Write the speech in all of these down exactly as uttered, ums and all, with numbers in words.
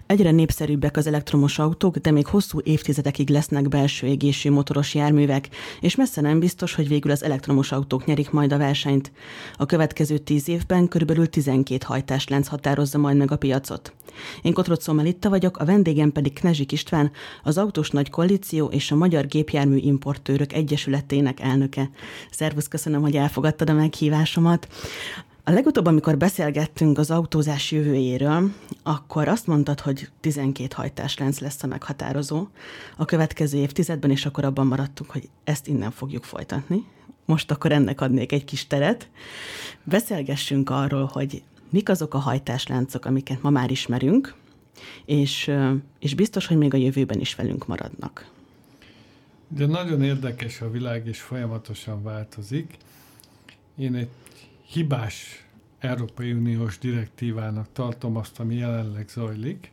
Egyre népszerűbbek az elektromos autók, de még hosszú évtizedekig lesznek belső égésű motoros járművek, és messze nem biztos, hogy végül az elektromos autók nyerik majd a versenyt. A következő tíz évben körülbelül tizenkét hajtáslánc határozza majd meg a piacot. Én Kotrocó Melitta vagyok, a vendégem pedig Knezsik István, az Autós Nagy Koalíció és a Magyar Gépjármű Importőrök Egyesületének elnöke. Szervusz, köszönöm, hogy elfogadtad a meghívásomat. A legutóbb, amikor beszélgettünk az autózás jövőjéről, akkor azt mondtad, hogy tizenkét hajtáslánc lesz a meghatározó a következő évtizedben, és akkor abban maradtunk, hogy ezt innen fogjuk folytatni. Most akkor ennek adnék egy kis teret. Beszélgessünk arról, hogy mik azok a hajtásláncok, amiket ma már ismerünk, és, és biztos, hogy még a jövőben is velünk maradnak. De nagyon érdekes a világ, és folyamatosan változik. Én egy hibás Európai Uniós direktívának tartom azt, ami jelenleg zajlik.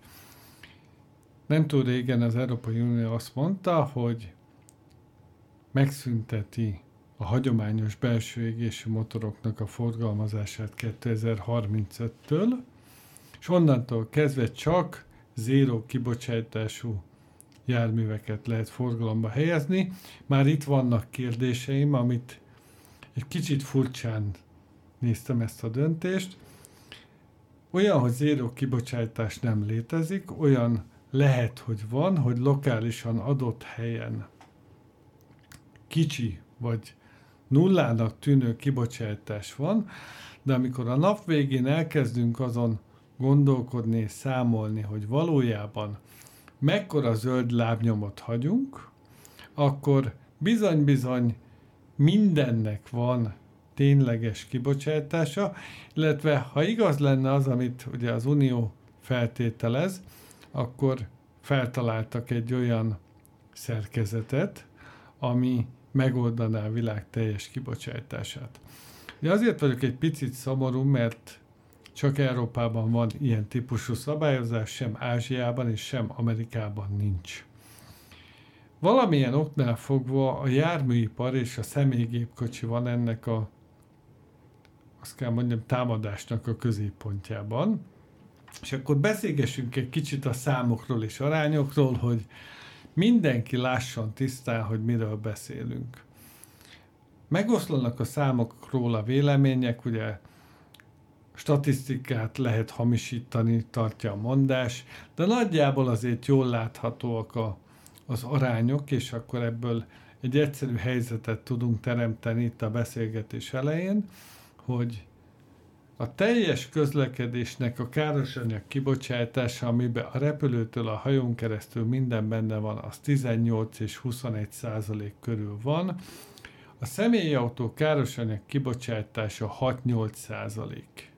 Nem túl régen az Európai Unió azt mondta, hogy megszünteti a hagyományos belső égésű motoroknak a forgalmazását kétezer-harmincöttől, és onnantól kezdve csak zéró kibocsátású járműveket lehet forgalomba helyezni. Már itt vannak kérdéseim, amit egy kicsit furcsán néztem ezt a döntést. Olyan, hogy zéró kibocsátás nem létezik, olyan lehet, hogy van, hogy lokálisan adott helyen kicsi vagy nullának tűnő kibocsátás van, de amikor a nap végén elkezdünk azon gondolkodni és számolni, hogy valójában mekkora zöld lábnyomot hagyunk, akkor bizony-bizony mindennek van tényleges kibocsátása, illetve ha igaz lenne az, amit ugye az Unió feltételez, akkor feltaláltak egy olyan szerkezetet, ami megoldaná a világ teljes kibocsátását. De azért vagyok egy picit szomorú, mert csak Európában van ilyen típusú szabályozás, sem Ázsiában és sem Amerikában nincs. Valamilyen oknál fogva a járműipar és a személygépkocsi van ennek a, azt kell mondjam, támadásnak a középpontjában. És akkor beszélgessünk egy kicsit a számokról és arányokról, hogy mindenki lásson tisztán, hogy miről beszélünk. Megoszlanak a számokról a vélemények, ugye statisztikát lehet hamisítani, tartja a mondás, de nagyjából azért jól láthatóak a, az arányok, és akkor ebből egy egyszerű helyzetet tudunk teremteni itt a beszélgetés elején, hogy a teljes közlekedésnek a károsanyag kibocsátása, amiben a repülőtől a hajón keresztül minden benne van, az tizennyolc és huszonegy százalék körül van. A személyautó károsanyag kibocsátása hat-nyolc százalék.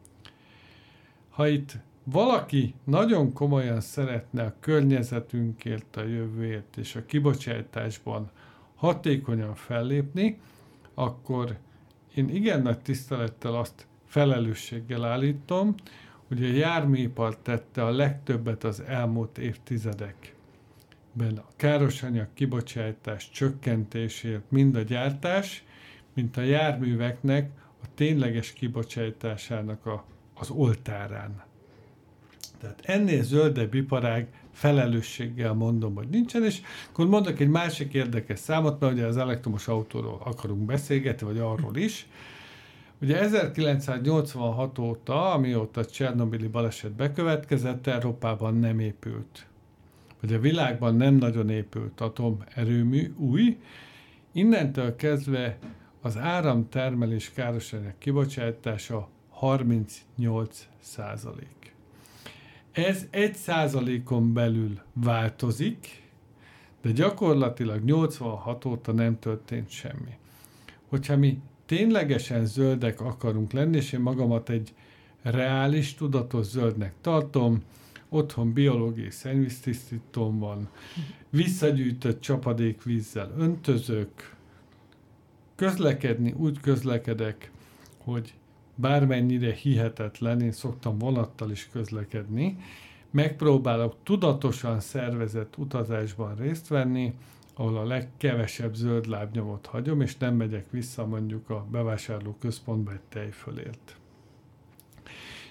Ha itt valaki nagyon komolyan szeretne a környezetünkért, a jövőért és a kibocsátásban hatékonyan fellépni, akkor én igen nagy tisztelettel azt felelősséggel állítom, hogy a járműipar tette a legtöbbet az elmúlt évtizedekben a károsanyag kibocsátás csökkentésért, mind a gyártás, mint a járműveknek a tényleges kibocsátásának a, az oltárán. Tehát ennél zöldebb iparág felelősséggel mondom, hogy nincsen, és akkor mondok egy másik érdekes számot, mert ugye az elektromos autóról akarunk beszélgetni, vagy arról is. Ugye ezerkilencszáznyolcvanhat óta, amióta a csernobili baleset bekövetkezett, Európában nem épült, vagy a világban nem nagyon épült atomerőmű új. Innentől kezdve az áramtermelés károsanyag kibocsátása harmincnyolc százalék. Ez egy százalékon belül változik, de gyakorlatilag nyolcvanhat óta nem történt semmi. Hogyha mi ténylegesen zöldek akarunk lenni, és én magamat egy reális, tudatos zöldnek tartom, otthon biológiai szennyvíztisztítóm van, visszagyűjtött csapadékvízzel öntözök, közlekedni úgy közlekedek, hogy bármennyire hihetetlen, én szoktam vonattal is közlekedni, megpróbálok tudatosan szervezett utazásban részt venni, ahol a legkevesebb zöld lábnyomot hagyom, és nem megyek vissza mondjuk a bevásárlóközpontba egy tejfölért.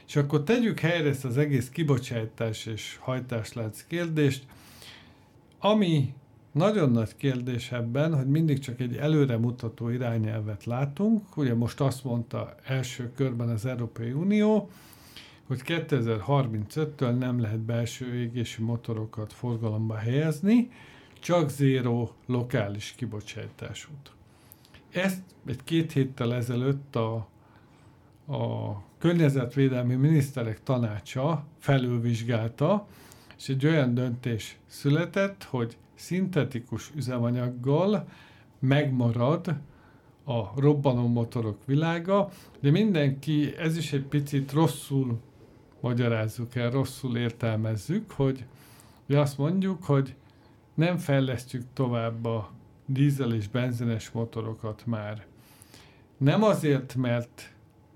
És akkor tegyük helyre ezt az egész kibocsátás és hajtáslánc kérdést, ami nagyon nagy kérdés ebben, hogy mindig csak egy előremutató irányelvet látunk. Ugye most azt mondta első körben az Európai Unió, hogy kétezer-harmincöttől nem lehet belső égésű motorokat forgalomba helyezni, csak zéró lokális kibocsátásút. Ezt egy két héttel ezelőtt a, a Környezetvédelmi Miniszterek Tanácsa felülvizsgálta, és egy olyan döntés született, hogy szintetikus üzemanyaggal megmarad a robbanó motorok világa, de mindenki, ez is egy picit rosszul magyarázzuk el, rosszul értelmezzük, hogy azt mondjuk, hogy nem fejlesztjük tovább a dízel és benzines motorokat már. Nem azért, mert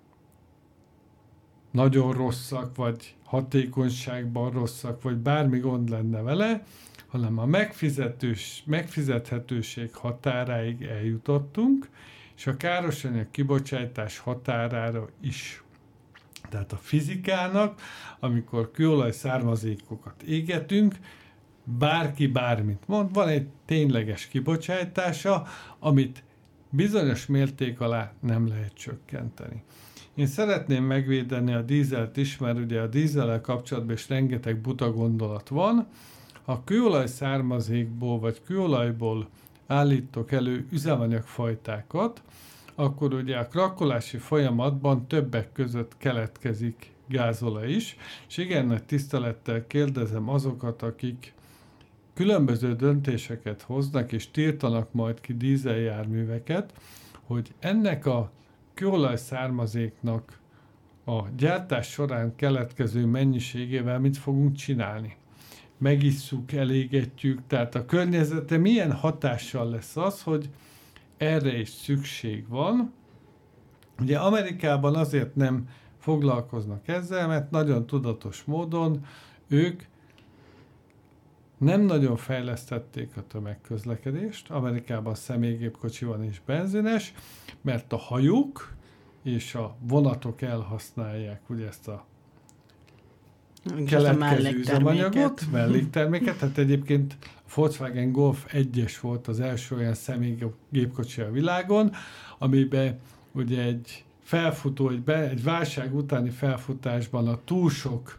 nagyon rosszak, vagy hatékonyságban rosszak, vagy bármi gond lenne vele, hanem a megfizetős, megfizethetőség határáig eljutottunk, és a károsanyag kibocsátás határára is. Tehát a fizikának, amikor kőolaj származékokat égetünk, bárki bármit mond, van egy tényleges kibocsátása, amit bizonyos mérték alá nem lehet csökkenteni. Én szeretném megvédeni a dízelt is, mert ugye a dízellel kapcsolatban is rengeteg buta gondolat van. Ha kőolaj származékból vagy kőolajból állítok elő üzemanyagfajtákat, akkor ugye a krakkolási folyamatban többek között keletkezik gázolaj is, és igen nagy tisztelettel kérdezem azokat, akik különböző döntéseket hoznak és tiltanak majd ki dízeljárműveket, hogy ennek a kőolaj származéknak a gyártás során keletkező mennyiségével mit fogunk csinálni. Megisszuk, elégetjük, tehát a környezetre milyen hatással lesz az, hogy erre is szükség van. Ugye Amerikában azért nem foglalkoznak ezzel, mert nagyon tudatos módon ők nem nagyon fejlesztették a tömegközlekedést. Amerikában személygépkocsi van és benzines, mert a hajók és a vonatok elhasználják ugye ezt a keletkező üzemanyagot, mellékterméket. Tehát egyébként a Volkswagen Golf egyes volt az első olyan személygépkocsi a világon, amiben ugye egy felfutó, egy, be, egy válság utáni felfutásban a túl sok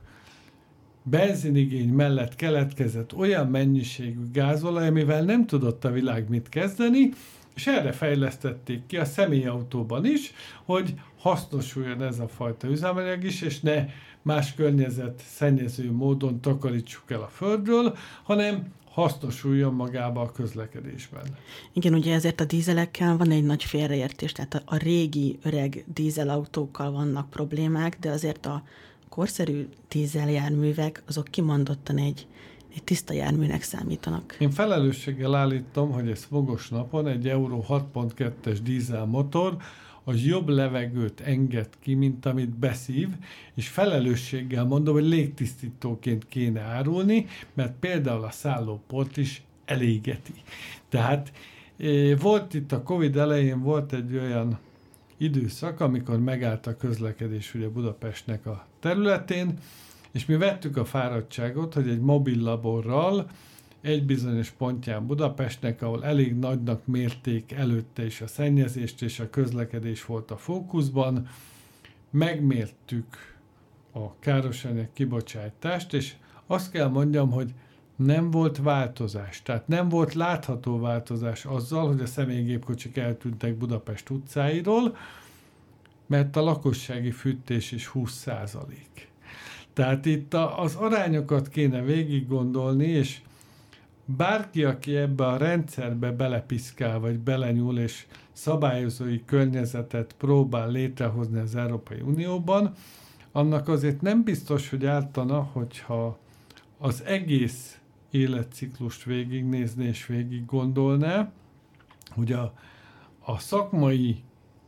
benzinigény mellett keletkezett olyan mennyiségű gázolaj, amivel nem tudott a világ mit kezdeni, és erre fejlesztették ki a személyautóban is, hogy hasznosuljon ez a fajta üzemanyag is, és ne más környezet szennyező módon takarítsuk el a földről, hanem hasznosuljon magába a közlekedésben. Igen, ugye ezért a dízelekkel van egy nagy félreértés, tehát a, a régi, öreg dízelautókkal vannak problémák, de azért a korszerű dízeljárművek, azok kimondottan egy, egy tiszta járműnek számítanak. Én felelősséggel állítom, hogy egy smogos napon egy Euro hat pont kettes dízelmotor az jobb levegőt enged ki, mint amit beszív, és felelősséggel mondom, hogy légtisztítóként kéne árulni, mert például a szállóport is elégeti. Tehát volt itt a Covid elején volt egy olyan időszak, amikor megállt a közlekedés ugye Budapestnek a területén, és mi vettük a fáradtságot, hogy egy mobil laborral egy bizonyos pontján Budapestnek, ahol elég nagynak mérték előtte is a szennyezést, és a közlekedés volt a fókuszban, megmértük a károsanyag kibocsátást, és azt kell mondjam, hogy nem volt változás. Tehát nem volt látható változás azzal, hogy a személygépkocsik eltűntek Budapest utcáiról, mert a lakossági fűtés is húsz százalék. Tehát itt a, az arányokat kéne végig gondolni, és bárki, aki ebbe a rendszerbe belepiszkál, vagy belenyúl, és szabályozói környezetet próbál létrehozni az Európai Unióban, annak azért nem biztos, hogy ártana, hogyha az egész életciklust végignézné és végig gondolná, hogy a, a szakmai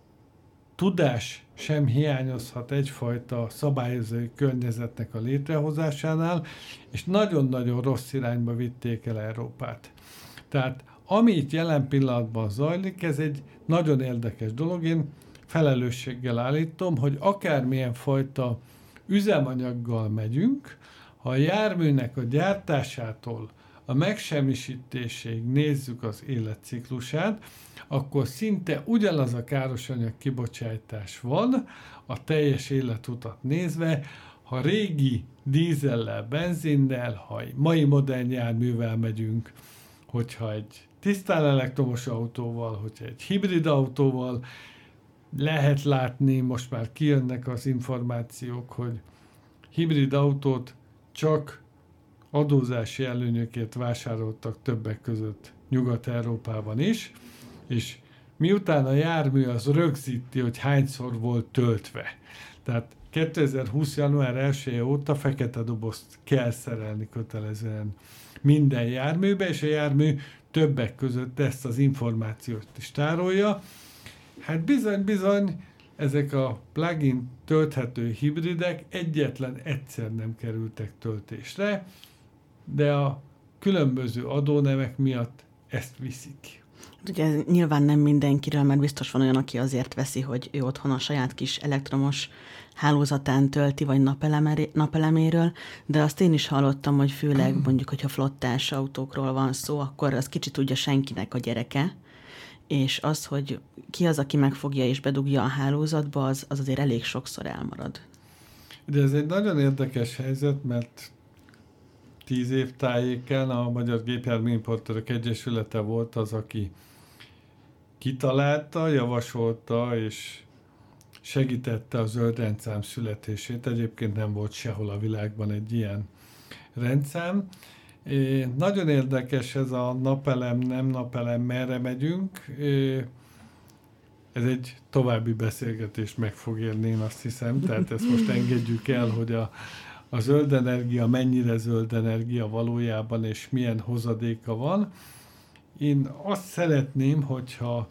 tudás sem hiányozhat egyfajta szabályozói környezetnek a létrehozásánál, és nagyon-nagyon rossz irányba vitték el Európát. Tehát ami itt jelen pillanatban zajlik, ez egy nagyon érdekes dolog. Én felelősséggel állítom, hogy akármilyen fajta üzemanyaggal megyünk, ha a járműnek a gyártásától a megsemmisítésig nézzük az életciklusát, akkor szinte ugyanaz a károsanyag kibocsátás van a teljes életutat nézve, ha régi dízellel, benzinnel, ha mai modern járművel megyünk, hogyha egy tisztán elektromos autóval, hogyha egy hibrid autóval, lehet látni, most már kijönnek az információk, hogy hibrid autót csak adózási előnyökért vásároltak többek között Nyugat-Európában is, és miután a jármű az rögzíti, hogy hányszor volt töltve. Tehát kétezer-húsz. január elseje óta fekete dobozt kell szerelni kötelezően minden járműbe, és a jármű többek között ezt az információt is tárolja. Hát bizony-bizony ezek a plug-in tölthető hibridek egyetlen egyszer nem kerültek töltésre, de a különböző adónemek miatt ezt viszik. Ugye nyilván nem mindenkiről, mert biztos van olyan, aki azért veszi, hogy ő otthon a saját kis elektromos hálózatán tölti, vagy napeleméről, de azt én is hallottam, hogy főleg mondjuk, hogyha flottás autókról van szó, akkor az kicsit tudja senkinek a gyereke, és az, hogy ki az, aki megfogja és bedugja a hálózatba, az, az azért elég sokszor elmarad. De ez egy nagyon érdekes helyzet, mert tíz év tájéken a Magyar Gépjárműimportőrök Egyesülete volt az, aki kitalálta, javasolta és segítette a zöld rendszám születését. Egyébként nem volt sehol a világban egy ilyen rendszám. É, nagyon érdekes ez a napelem, nem napelem, merre megyünk. É, ez egy további beszélgetést meg fog érni, én azt hiszem. Tehát ezt most engedjük el, hogy a, a zöld energia mennyire zöld energia valójában, és milyen hozadéka van. Én azt szeretném, hogyha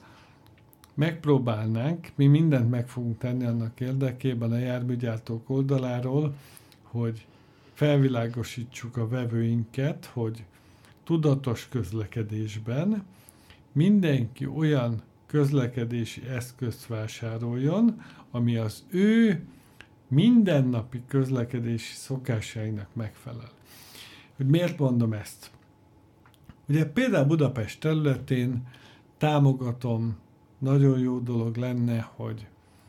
megpróbálnánk, mi mindent meg fogunk tenni annak érdekében a járműgyártók oldaláról, hogy felvilágosítsuk a vevőinket, hogy tudatos közlekedésben mindenki olyan közlekedési eszközt vásároljon, ami az ő mindennapi közlekedési szokásainak megfelel. Hogy miért mondom ezt? Ugye például Budapest területén támogatom, nagyon jó dolog lenne, hogy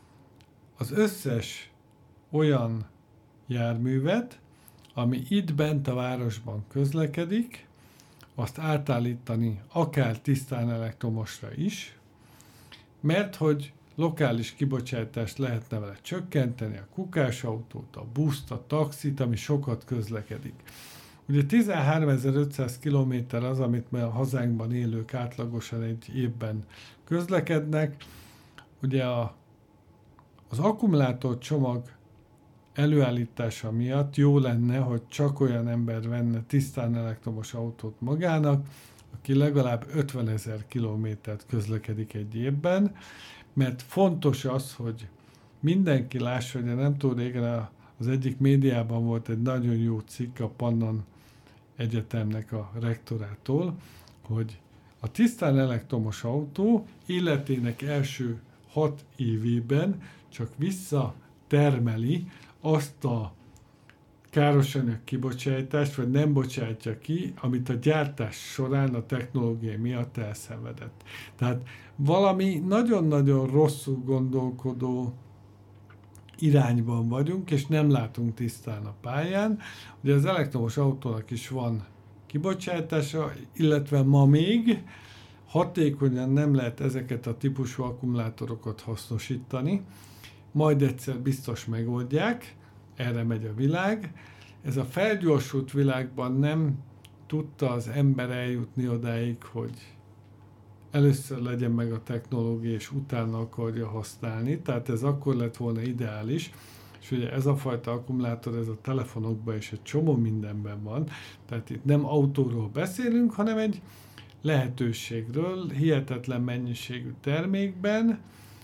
az összes olyan járművet, ami itt bent a városban közlekedik, azt átállítani akár tisztán elektromosra is, mert hogy lokális kibocsátást lehetne vele csökkenteni, a kukásautót, a buszt, a taxit, ami sokat közlekedik. Ugye tizenháromezer-ötszáz kilométer az, amit a hazánkban élők átlagosan egy évben közlekednek. Ugye a, az akkumulátor csomag előállítása miatt jó lenne, hogy csak olyan ember venne tisztán elektromos autót magának, aki legalább ötvenezer kilométert közlekedik egy évben, mert fontos az, hogy mindenki lássa, hogy nem túl régen az egyik médiában volt egy nagyon jó cikk a Pannon Egyetemnek a rektorától, hogy a tisztán elektromos autó életének első hat évében csak visszatermeli azt a károsanyag kibocsátást, vagy nem bocsátja ki, amit a gyártás során a technológia miatt elszenvedett. Tehát valami nagyon-nagyon rosszul gondolkodó irányban vagyunk, és nem látunk tisztán a pályán. Ugye az elektromos autónak is van kibocsátása, illetve ma még hatékonyan nem lehet ezeket a típusú akkumulátorokat hasznosítani. Majd egyszer biztos megoldják, erre megy a világ. Ez a felgyorsult világban nem tudta az ember eljutni odáig, hogy először legyen meg a technológia, és utána akarja használni. Tehát ez akkor lett volna ideális. És ugye ez a fajta akkumulátor, ez a telefonokban és egy csomó mindenben van. Tehát itt nem autóról beszélünk, hanem egy lehetőségről, hihetetlen mennyiségű termékben,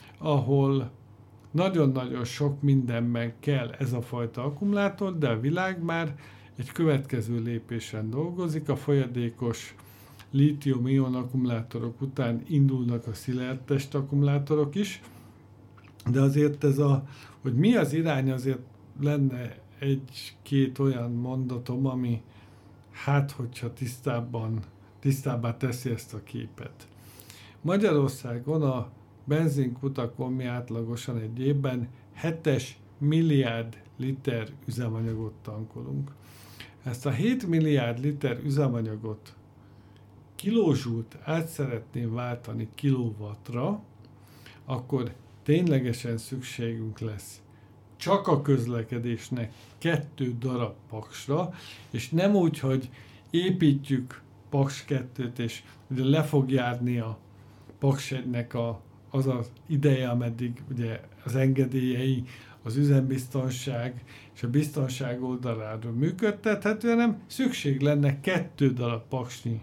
ahol nagyon-nagyon sok mindenben kell ez a fajta akkumulátor, de a világ már egy következő lépésen dolgozik. A folyadékos lítium-ion akkumulátorok után indulnak a szilárd test akkumulátorok is, de azért ez a, hogy mi az irány, azért lenne egy-két olyan mondatom, ami hát, hogyha tisztábban, tisztábbá teszi ezt a képet. Magyarországon a benzinkutakon mi átlagosan egy évben hetes milliárd liter üzemanyagot tankolunk. Ezt a hét milliárd liter üzemanyagot kilózsult át szeretném váltani kilowattra, akkor ténylegesen szükségünk lesz csak a közlekedésnek kettő darab paksra, és nem úgy, hogy építjük Paks kettőt, és ugye le fog járni a Paks egynek a, az az ideje, ameddig ugye az engedélyei, az üzembiztonság és a biztonság oldaláról működtethető, hanem szükség lenne kettő darab paksnyi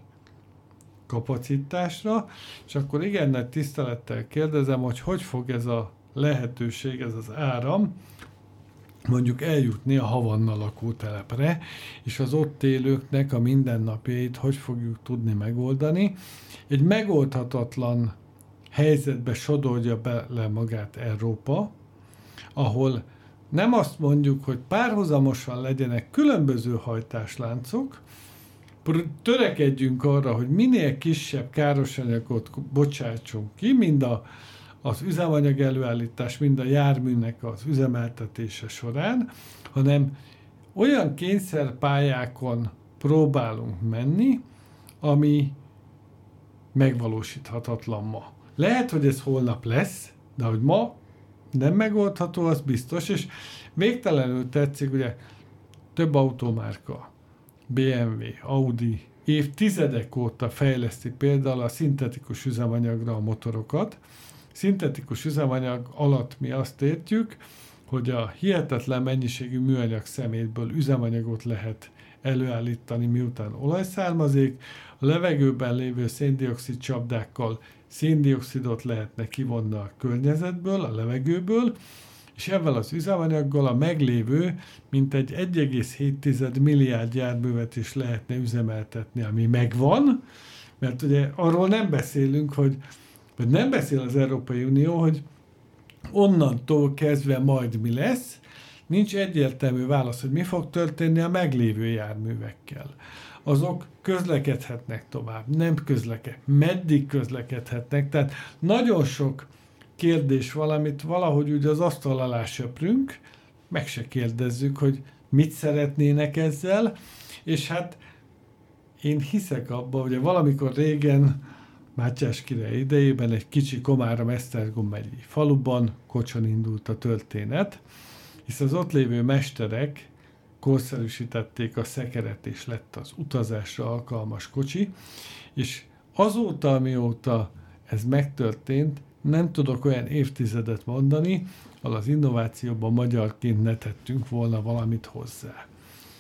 kapacitásra, és akkor igen nagy tisztelettel kérdezem, hogy hogy fog ez a lehetőség, ez az áram mondjuk eljutni a Havanna lakótelepre, és az ott élőknek a mindennapjait hogy fogjuk tudni megoldani. Egy megoldhatatlan helyzetbe sodorja bele magát Európa, ahol nem azt mondjuk, hogy párhuzamosan legyenek különböző hajtásláncok, törekedjünk arra, hogy minél kisebb károsanyagot bocsátsunk ki, mind a, az üzemanyag előállítás, mind a járműnek az üzemeltetése során, hanem olyan kényszerpályákon próbálunk menni, ami megvalósíthatatlan ma. Lehet, hogy ez holnap lesz, de hogy ma nem megoldható, az biztos, és végtelenül tetszik, ugye több automárka, bé em vé, Audi évtizedek óta fejleszti például a szintetikus üzemanyagra a motorokat. Szintetikus üzemanyag alatt mi azt értjük, hogy a hihetetlen mennyiségű műanyag szemétből üzemanyagot lehet előállítani, miután olaj származik, a levegőben lévő széndioxid csapdákkal széndioxidot lehetne kivonni a környezetből, a levegőből, és ezzel az üzemanyaggal a meglévő mintegy egy egész hét milliárd járművet is lehetne üzemeltetni, ami megvan, mert ugye arról nem beszélünk, hogy vagy nem beszél az Európai Unió, hogy onnantól kezdve majd mi lesz, nincs egyértelmű válasz, hogy mi fog történni a meglévő járművekkel. Azok közlekedhetnek tovább, nem közlekednek, meddig közlekedhetnek, tehát nagyon sok kérdés valamit valahogy úgy az asztal alá söprünk, meg se kérdezzük, hogy mit szeretnének ezzel, és hát én hiszek abba, hogy valamikor régen, Mátyás király idejében egy kicsi Komárom-Esztergom megyei faluban kocson indult a történet, hisz az ott lévő mesterek korszerűsítették a szekeret, és lett az utazásra alkalmas kocsi, és azóta, amióta ez megtörtént, nem tudok olyan évtizedet mondani, ahol az innovációban magyarként ne tettünk volna valamit hozzá.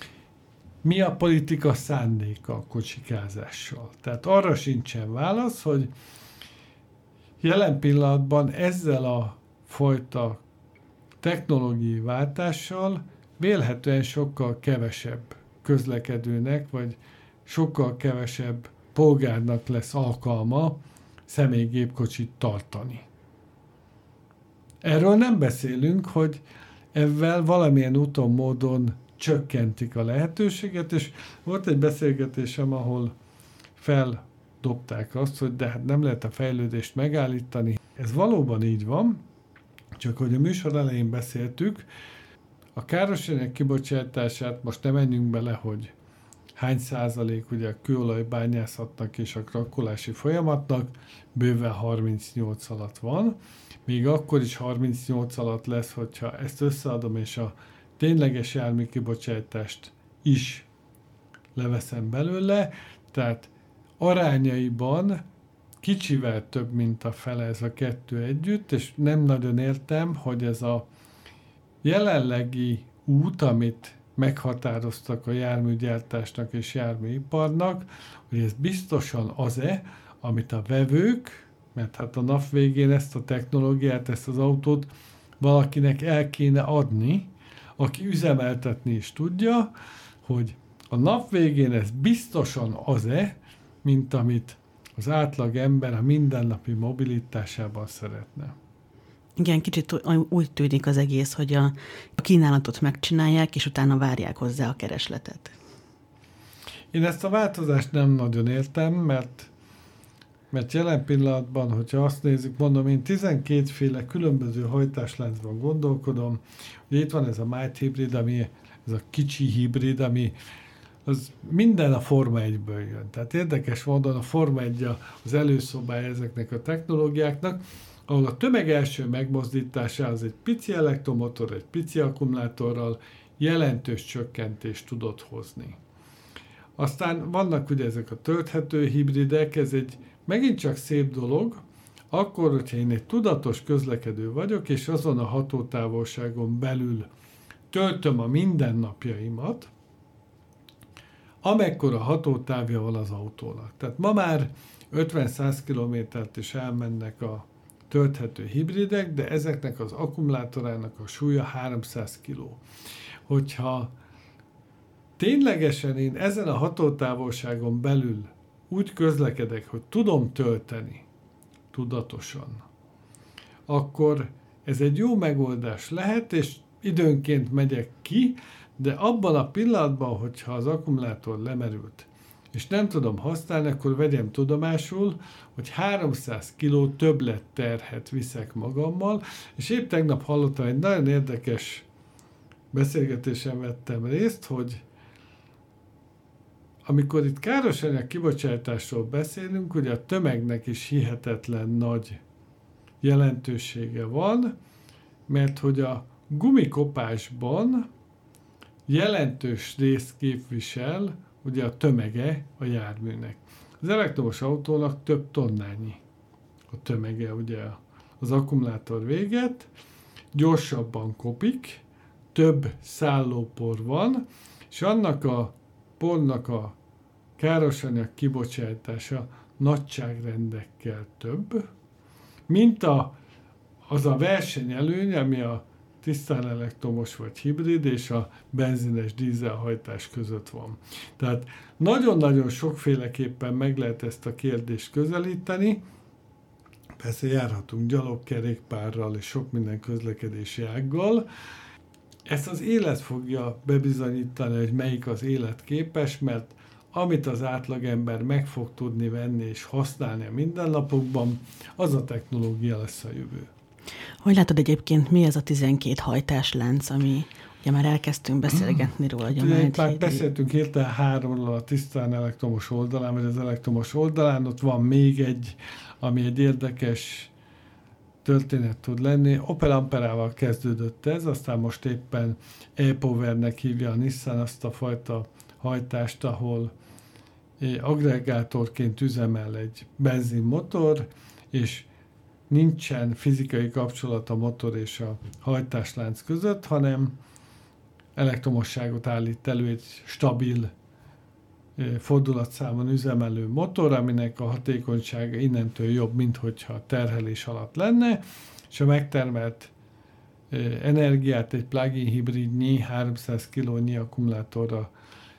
Mi a politika szándéka a kocsikázással? Tehát arra sincsen válasz, hogy jelen pillanatban ezzel a fajta technológiai váltással vélhetően sokkal kevesebb közlekedőnek, vagy sokkal kevesebb polgárnak lesz alkalma személygépkocsit tartani. Erről nem beszélünk, hogy ezzel valamilyen úton, módon csökkentik a lehetőséget, és volt egy beszélgetésem, ahol feldobták azt, hogy de hát nem lehet a fejlődést megállítani. Ez valóban így van, csak hogy a műsor elején beszéltük, a károsanyag kibocsátását most nem menjünk bele, hogy hány százalék ugye a kőolajbányászatnak és a krakkolási folyamatnak, bőven harmincnyolc alatt van, még akkor is harmincnyolc alatt lesz, hogyha ezt összeadom, és a tényleges jármű kibocsátást is leveszem belőle, tehát arányaiban kicsivel több, mint a fele ez a kettő együtt, és nem nagyon értem, hogy ez a jelenlegi út, amit meghatároztak a járműgyártásnak és járműiparnak, hogy ez biztosan az-e, amit a vevők, mert hát a nap végén ezt a technológiát, ezt az autót valakinek el kéne adni, aki üzemeltetni is tudja, hogy a nap végén ez biztosan az-e, mint amit az átlag ember a mindennapi mobilitásában szeretne. Igen, kicsit úgy tűnik az egész, hogy a, a kínálatot megcsinálják, és utána várják hozzá a keresletet. Én ezt a változást nem nagyon értem, mert, mert jelen pillanatban, hogyha azt nézzük, mondom, én tizenkétféle különböző hajtásláncban gondolkodom. Ugye itt van ez a Might hibrid, ami ez a kicsi hibrid, ami az minden a Forma egyből jön. Tehát érdekes módon a Forma egy az előszobája ezeknek a technológiáknak, ahol a tömeg első megmozdításához egy pici elektromotor, egy pici akkumulátorral jelentős csökkentést tudott hozni. Aztán vannak ugye ezek a tölthető hibridek, ez egy megint csak szép dolog, akkor, hogyha én egy tudatos közlekedő vagyok, és azon a hatótávolságon belül töltöm a mindennapjaimat, amekkora hatótávja van az autónak. Tehát ma már ötven-száz kilométert is elmennek a tölthető hibridek, de ezeknek az akkumulátorának a súlya háromszáz kiló. Hogyha ténylegesen én ezen a hatótávolságon belül úgy közlekedek, hogy tudom tölteni tudatosan, akkor ez egy jó megoldás lehet, és időnként megyek ki, de abban a pillanatban, hogyha az akkumulátor lemerült, és nem tudom használni, akkor vegyem tudomásul, hogy háromszáz kiló többlet terhet viszek magammal, és épp tegnap hallottam, egy nagyon érdekes beszélgetésen vettem részt, hogy amikor itt károsanyag kibocsátásról beszélünk, ugye a tömegnek is hihetetlen nagy jelentősége van, mert hogy a gumikopásban jelentős részt képvisel ugye a tömege a járműnek. Az elektromos autónak több tonnányi a tömege, ugye az akkumulátor véget, gyorsabban kopik, több szállópor van, és annak a pornak a károsanyag kibocsátása nagyságrendekkel több, mint a, az a versenyelőny, ami a tisztán elektromos vagy hibrid és a benzines dízelhajtás között van. Tehát nagyon-nagyon sokféleképpen meg lehet ezt a kérdést közelíteni. Persze járhatunk gyalogkerékpárral és sok minden közlekedési ággal. Ezt az élet fogja bebizonyítani, hogy melyik az életképes, mert amit az átlagember meg fog tudni venni és használni a mindennapokban, az a technológia lesz a jövő. Hogy látod egyébként, mi ez a tizenkét hajtáslánc, ami ugye már elkezdtünk beszélgetni róla? Hogy ugye már hét... beszéltünk hirtelen háromról a tisztán elektromos oldalán, vagy az elektromos oldalán, ott van még egy, ami egy érdekes történet tud lenni. Opel Amperával kezdődött ez, aztán most éppen e-Powernek hívja a Nissan azt a fajta hajtást, ahol aggregátorként üzemel egy benzinmotor, és nincsen fizikai kapcsolat a motor és a hajtáslánc között, hanem elektromosságot állít elő egy stabil fordulatszámon üzemelő motor, aminek a hatékonysága innentől jobb, mint hogyha terhelés alatt lenne, és a megtermelt energiát egy plug-in hibridnyi háromszáz kilónyi akkumulátorra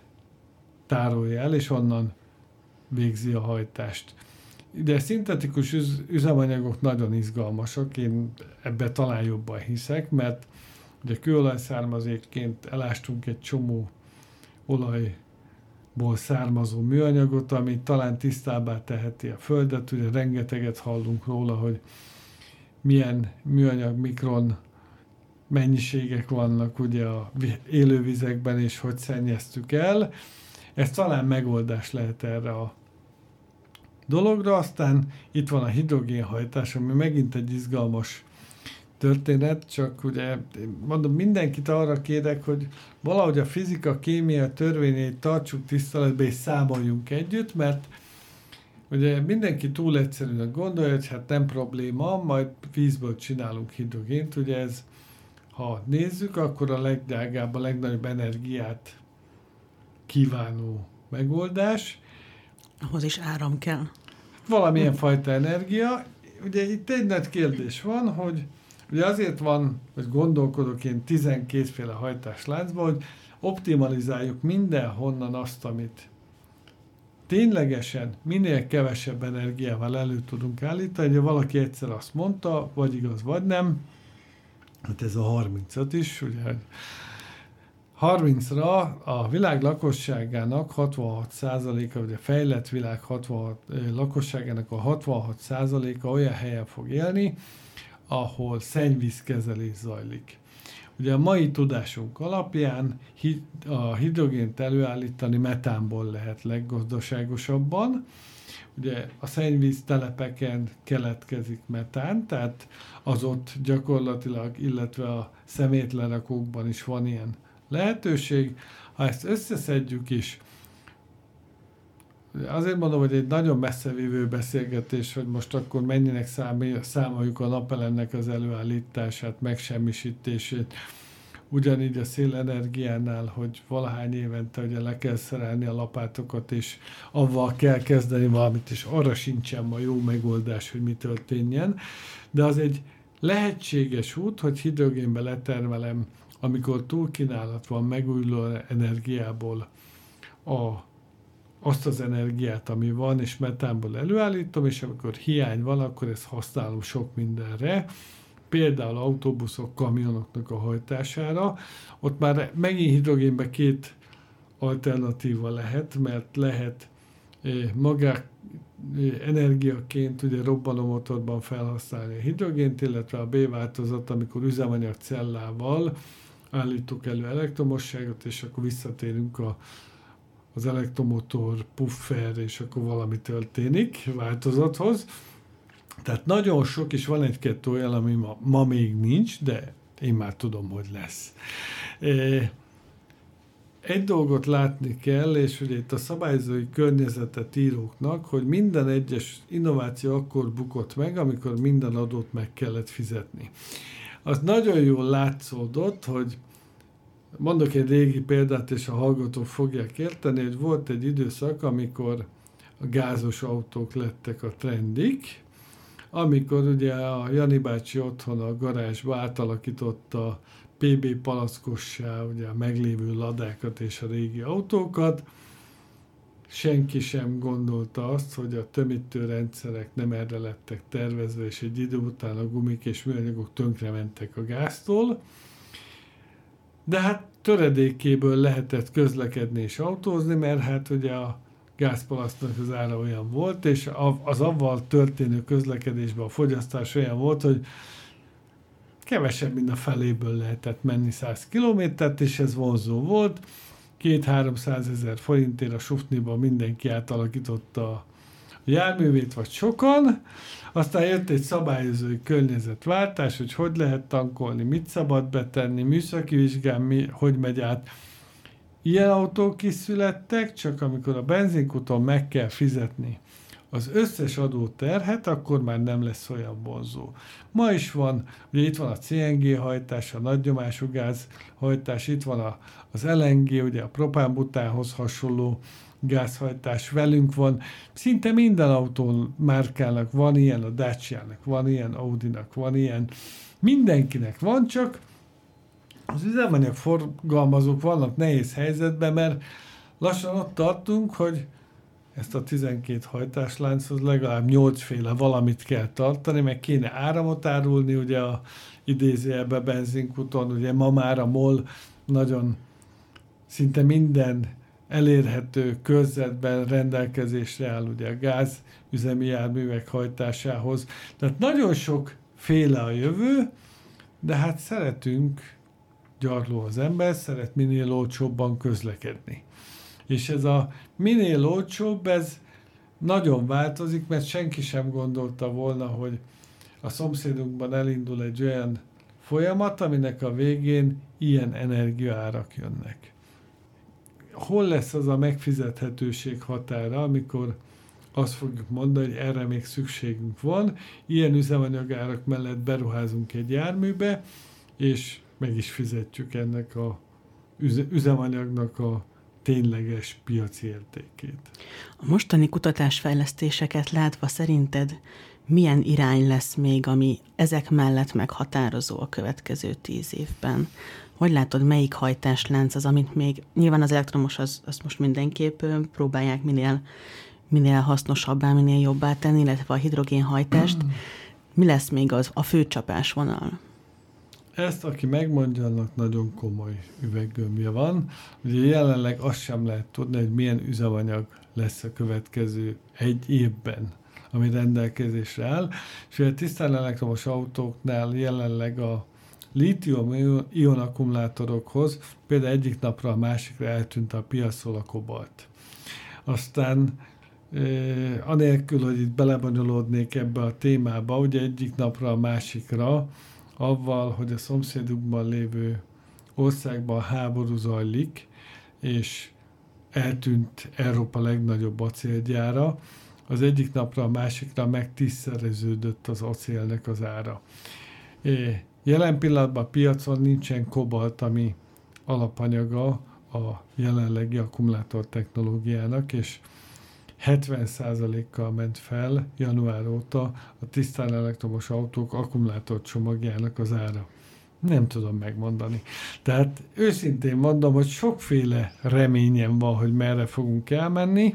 tárolja el, és onnan végzi a hajtást. De szintetikus üzemanyagok nagyon izgalmasak, én ebbe talán jobban hiszek, mert ugye kőolajszármazékként elástunk egy csomó olajból származó műanyagot, ami talán tisztábbá teheti a földet, ugye rengeteget hallunk róla, hogy milyen műanyag mikron mennyiségek vannak ugye a élővizekben, és hogy szennyeztük el. Ez talán megoldás lehet erre a dologra, aztán itt van a hidrogénhajtás, ami megint egy izgalmas történet, csak ugye mondom, mindenkit arra kérek, hogy valahogy a fizika, kémia törvényeit tartsuk tiszteletbe és számoljunk együtt, mert ugye mindenki túl egyszerűen gondolja, hogy hát nem probléma, majd vízből csinálunk hidrogént, ugye ez, ha nézzük, akkor a legdrágább, a legnagyobb energiát kívánó megoldás. Ahhoz is áram kell. Valamilyen fajta energia. Ugye itt egy nagy kérdés van, hogy ugye azért van, hogy gondolkodok én tizenkétféle hajtásláncban, hogy optimalizáljuk mindenhonnan azt, amit ténylegesen minél kevesebb energiával elő tudunk állítani. Ugye valaki egyszer azt mondta, vagy igaz, vagy nem, hát ez a harmincat is, ugye harmincra a világ lakosságának hatvanhat százaléka, ugye a fejlett világ hatvanhat, lakosságának a hatvanhat százaléka olyan helyen fog élni, ahol szennyvízkezelés zajlik. Ugye a mai tudásunk alapján a hidrogént előállítani metánból lehet leggazdaságosabban. Ugye a szennyvíz telepeken keletkezik metán, tehát az ott gyakorlatilag, illetve a szemétlerakókban is van ilyen lehetőség. Ha ezt összeszedjük is, azért mondom, hogy egy nagyon messzevívő beszélgetés, hogy most akkor mennyinek számoljuk a napelemnek az előállítását, megsemmisítését. Ugyanígy a szélenergiánál, hogy valahány évente ugye le kell szerelni a lapátokat, és avval kell kezdeni valamit, és arra sincsen ma jó megoldás, hogy mi történjen. De az egy lehetséges út, hogy hidrogénbe letermelem, amikor túlkínálat van megújuló energiából a azt az energiát, ami van, és metánból előállítom, és amikor hiány van, akkor ezt használom sok mindenre, például autóbuszok, kamionoknak a hajtására. Ott már megint hidrogénbe két alternatíva lehet, mert lehet magák energiaként ugye robbanomotorban felhasználni a hidrogént, illetve a B változat, amikor üzemanyagcellával állítok elő elektromosságot, és akkor visszatérünk a az elektromotor, puffer, és akkor valami történik változathoz. Tehát nagyon sok, és van egy-kettő olyan, ami ma, ma még nincs, de én már tudom, hogy lesz. Egy dolgot látni kell, és ugye itt a szabályozói környezetet íróknak, hogy minden egyes innováció akkor bukott meg, amikor minden adót meg kellett fizetni. Az nagyon jól látszódott, hogy mondok egy régi példát, és a hallgatók fogják érteni, hogy volt egy időszak, amikor a gázos autók lettek a trendik, amikor ugye a Jani bácsi otthon a garázsba átalakította pé bé palackossá ugye a meglévő ladákat és a régi autókat. Senki sem gondolta azt, hogy a tömítő rendszerek nem erre lettek tervezve, és egy idő után a gumik és műanyagok tönkrementek a gáztól. De hát töredékéből lehetett közlekedni és autózni, mert hát ugye a gázpalasztnak az ára olyan volt, és az avval történő közlekedésben a fogyasztás olyan volt, hogy kevesebb, mint a feléből lehetett menni száz kilométert, és ez vonzó volt. két-háromszázezer forintért a sufniban mindenki átalakította a járművét, vagy sokan. Aztán jött egy szabályozói környezetváltás, hogy hogy lehet tankolni, mit szabad betenni, műszaki vizsgán mi, hogy megy át. Ilyen autók is születtek, csak amikor a benzinkuton meg kell fizetni az összes adóterhet, akkor már nem lesz olyan vonzó. Ma is van, ugye itt van a cé en gé hajtás, a nagynyomású gáz hajtás, itt van a, az el en gé, ugye a propánbutánhoz hasonló gázhajtás velünk van. Szinte minden autó márkának van ilyen, a Dacia-nak van ilyen, Audi-nak van ilyen. Mindenkinek van, csak az üzemanyag forgalmazók vannak nehéz helyzetben, mert lassan ott tartunk, hogy ezt a tizenkét hajtáslánchoz legalább nyolcféle valamit kell tartani, meg kéne áramot árulni, ugye a idézőjelben benzinkuton, ugye ma már a MOL nagyon szinte minden elérhető körzetben rendelkezésre áll ugye a gázüzemi járművek hajtásához. Tehát nagyon sok féle a jövő, de hát szeretünk, gyarló az ember, szeret minél olcsóbban közlekedni. És ez a minél olcsóbb, ez nagyon változik, mert senki sem gondolta volna, hogy a szomszédunkban elindul egy olyan folyamat, aminek a végén ilyen energiaárak jönnek. Hol lesz az a megfizethetőség határa, amikor azt fogjuk mondani, hogy erre még szükségünk van, ilyen üzemanyagárak mellett beruházunk egy járműbe, és meg is fizetjük ennek a üzemanyagnak a tényleges piaci értékét. A mostani kutatásfejlesztéseket látva szerinted milyen irány lesz még, ami ezek mellett meghatározó a következő tíz évben? Hogy látod, melyik hajtáslánc az, amit még, nyilván az elektromos, az, azt most mindenképp próbálják minél, minél hasznosabbá, minél jobbá tenni, illetve a hidrogénhajtást. Mi lesz még az a fő csapásvonal? Ezt, aki megmondja, annak nagyon komoly üveggömbje van. Ugye jelenleg azt sem lehet tudni, hogy milyen üzemanyag lesz a következő egy évben, ami rendelkezésre áll. És a tisztán elektromos autóknál jelenleg a lítium-ion akkumulátorokhoz például egyik napra a másikra eltűnt a piacról a kobalt. Aztán eh, anélkül, hogy itt belebonyolódnék ebbe a témába, ugye egyik napra a másikra, avval, hogy a szomszédukban lévő országban háború zajlik, és eltűnt Európa legnagyobb acélgyára, az egyik napra a másikra meg tízszereződött az acélnek az ára. É, jelen pillanatban a piacon nincsen kobalt, ami alapanyaga a jelenlegi akkumulátor technológiának, és hetven százalékkal ment fel január óta a tisztán elektromos autók akkumulátor csomagjának az ára. Nem tudom megmondani. Tehát őszintén mondom, hogy sokféle reményem van, hogy merre fogunk elmenni.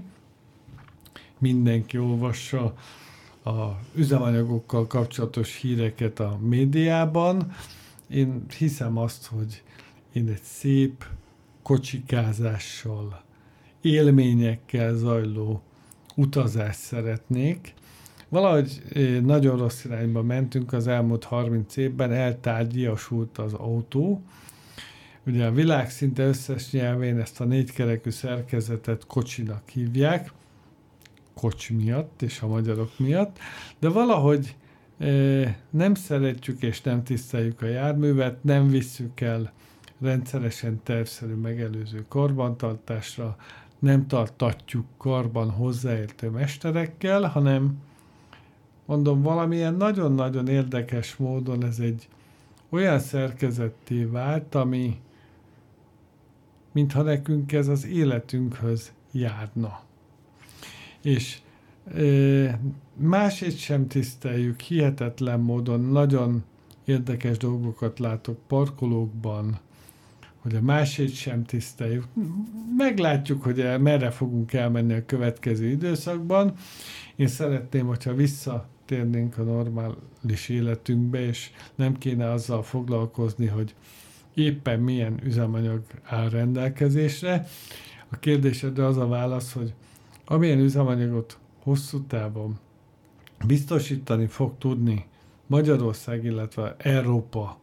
Mindenki olvassa a üzemanyagokkal kapcsolatos híreket a médiában. Én hiszem azt, hogy én egy szép kocsikázással, élményekkel zajló utazást szeretnék. Valahogy nagyon rossz irányba mentünk az elmúlt harminc évben, eltárgyasult az autó. Ugye a világ szinte összes nyelvén ezt a négykerekű szerkezetet kocsinak hívják, kocsi miatt és a magyarok miatt, de valahogy e, nem szeretjük és nem tiszteljük a járművet, nem visszük el rendszeresen tervszerű megelőző karbantartásra, nem tartatjuk karban hozzáértő mesterekkel, hanem mondom, valamilyen nagyon-nagyon érdekes módon ez egy olyan szerkezetté vált, ami mintha nekünk ez az életünkhöz járna. És e, másét sem tiszteljük, hihetetlen módon nagyon érdekes dolgokat látok parkolókban, hogy a másét sem tiszteljük. Meglátjuk, hogy el, merre fogunk elmenni a következő időszakban. Én szeretném, hogyha visszatérnénk a normális életünkbe, és nem kéne azzal foglalkozni, hogy éppen milyen üzemanyag áll rendelkezésre. A kérdésedre az a válasz, hogy amilyen üzemanyagot hosszú távon biztosítani fog tudni Magyarország, illetve Európa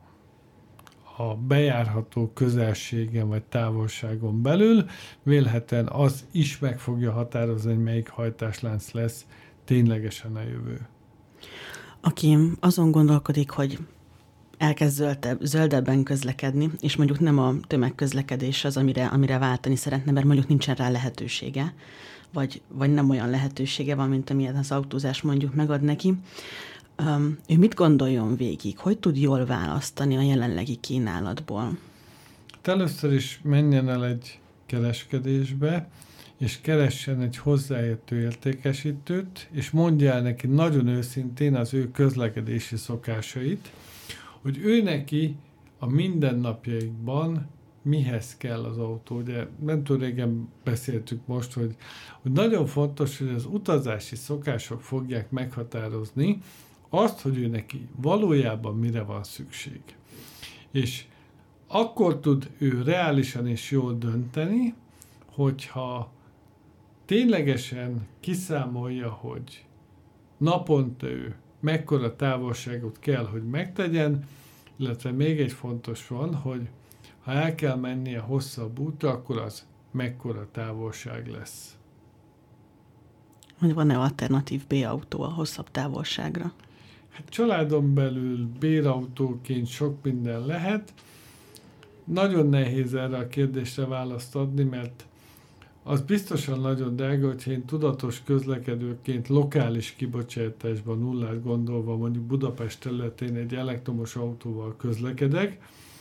a bejárható közelségen vagy távolságon belül, vélhetően az is meg fogja határozni, hogy melyik hajtáslánc lesz ténylegesen a jövő. Aki azon gondolkodik, hogy elkezd zöldebb, zöldebben közlekedni, és mondjuk nem a tömegközlekedés az, amire, amire váltani szeretne, mert mondjuk nincsen rá lehetősége, vagy, vagy nem olyan lehetősége van, mint amilyen az autózás mondjuk megad neki. Um, ő mit gondoljon végig? Hogy tud jól választani a jelenlegi kínálatból? Először is menjen el egy kereskedésbe, és keressen egy hozzáértő értékesítőt, és mondja el neki nagyon őszintén az ő közlekedési szokásait, hogy ő neki a mindennapjaikban mihez kell az autó. Ugye nem túl régen beszéltük most, hogy, hogy nagyon fontos, hogy az utazási szokások fogják meghatározni azt, hogy ő neki valójában mire van szükség. És akkor tud ő reálisan és jól dönteni, hogyha ténylegesen kiszámolja, hogy naponta ő mekkora távolságot kell, hogy megtegyen, illetve még egy fontos van, hogy ha el kell mennie hosszabb útra, akkor az mekkora távolság lesz. Hogy van-e alternatív B-autó a hosszabb távolságra? Hát családon belül bérautóként sok minden lehet. Nagyon nehéz erre a kérdésre választ adni, mert az biztosan nagyon drága, hogyha én tudatos közlekedőként lokális kibocsátásban nullát gondolva mondjuk Budapest területén egy elektromos autóval közlekedek,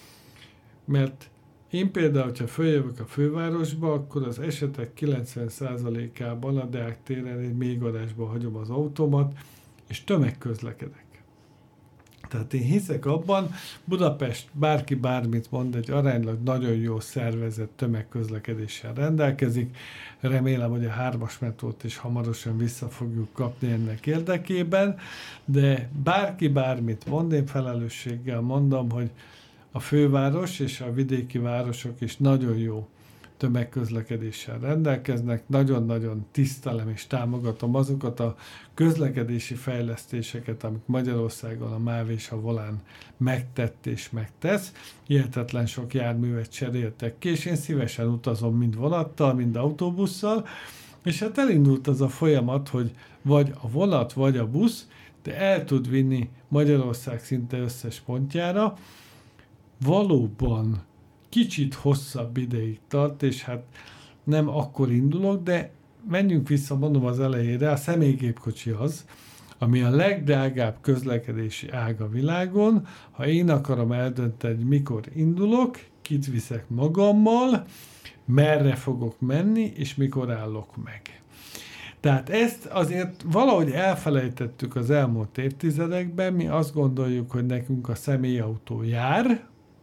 mert én például, hogyha följövök a fővárosba, akkor az esetek kilencven százalékában a Deák téren egy mélygarázsba hagyom az autómat, és tömegközlekedek. Tehát én hiszek abban, Budapest bárki bármit mond, egy aránylag nagyon jó szervezett tömegközlekedéssel rendelkezik. Remélem, hogy a hármas metrót is hamarosan vissza fogjuk kapni ennek érdekében, de bárki bármit mond, én felelősséggel mondom, hogy a főváros és a vidéki városok is nagyon jó tömegközlekedéssel rendelkeznek. Nagyon-nagyon tisztelem és támogatom azokat a közlekedési fejlesztéseket, amik Magyarországon a MÁV és a Volán megtett és megtesz. Hihetetlen sok járművet cseréltek ki, és én szívesen utazom mind vonattal, mind autóbusszal, és hát elindult az a folyamat, hogy vagy a vonat, vagy a busz, de el tud vinni Magyarország szinte összes pontjára. Valóban kicsit hosszabb ideig tart, és hát nem akkor indulok, de menjünk vissza, mondom az elejére, a személygépkocsi az, ami a legdrágább közlekedési ág a világon. Ha én akarom eldönteni, hogy mikor indulok, kit viszek magammal, merre fogok menni, és mikor állok meg. Tehát ezt azért valahogy elfelejtettük az elmúlt évtizedekben, mi azt gondoljuk, hogy nekünk a személyautó jár.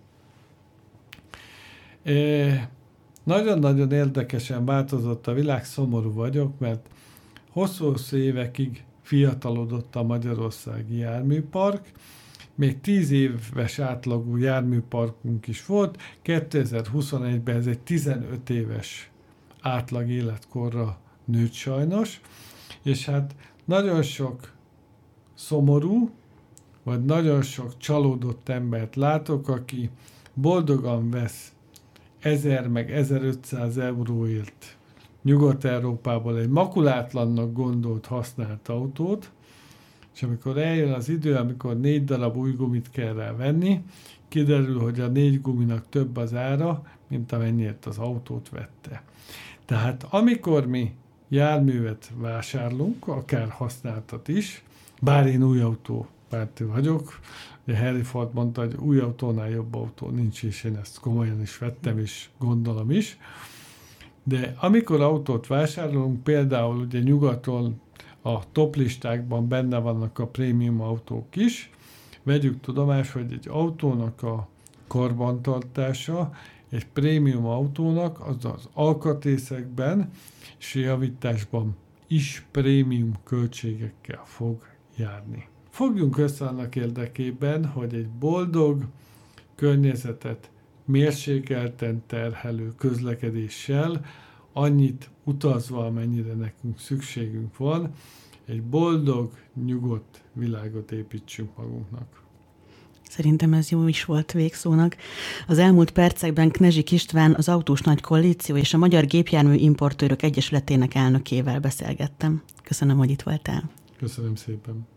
E, nagyon-nagyon érdekesen változott a világ, szomorú vagyok, mert hosszú-hosszú évekig fiatalodott a magyarországi járműpark, még tíz éves átlagú járműparkunk is volt, kétezer-huszonegyben ez egy tizenöt éves átlag életkorra nőtt sajnos, és hát nagyon sok szomorú, vagy nagyon sok csalódott embert látok, aki boldogan vesz ezer meg ezerötszáz euróért Nyugat-Európából egy makulátlannak gondolt használt autót, és amikor eljön az idő, amikor négy darab új gumit kell rá venni, kiderül, hogy a négy guminak több az ára, mint amennyiért az autót vette. Tehát amikor mi járművet vásárlunk, akár használtat is, bár én új autópárti vagyok, ugye Henry Ford mondta, hogy új autónál jobb autó nincs, és én ezt komolyan is vettem, és gondolom is. De amikor autót vásárolunk, például ugye nyugaton a top listákban benne vannak a prémium autók is, vegyük tudomást, hogy egy autónak a karbantartása, egy prémium autónak az az alkatrészekben és javításban is prémium költségekkel fog járni. Fogjunk össze annak érdekében, hogy egy boldog környezetet mérsékelten terhelő közlekedéssel, annyit utazva, amennyire nekünk szükségünk van, egy boldog, nyugodt világot építsünk magunknak. Szerintem ez jó is volt végszónak. Az elmúlt percekben Knezsik István, az Autós Nagy Koalíció és a Magyar Gépjármű Importőrök Egyesületének elnökével beszélgettem. Köszönöm, hogy itt voltál. Köszönöm szépen.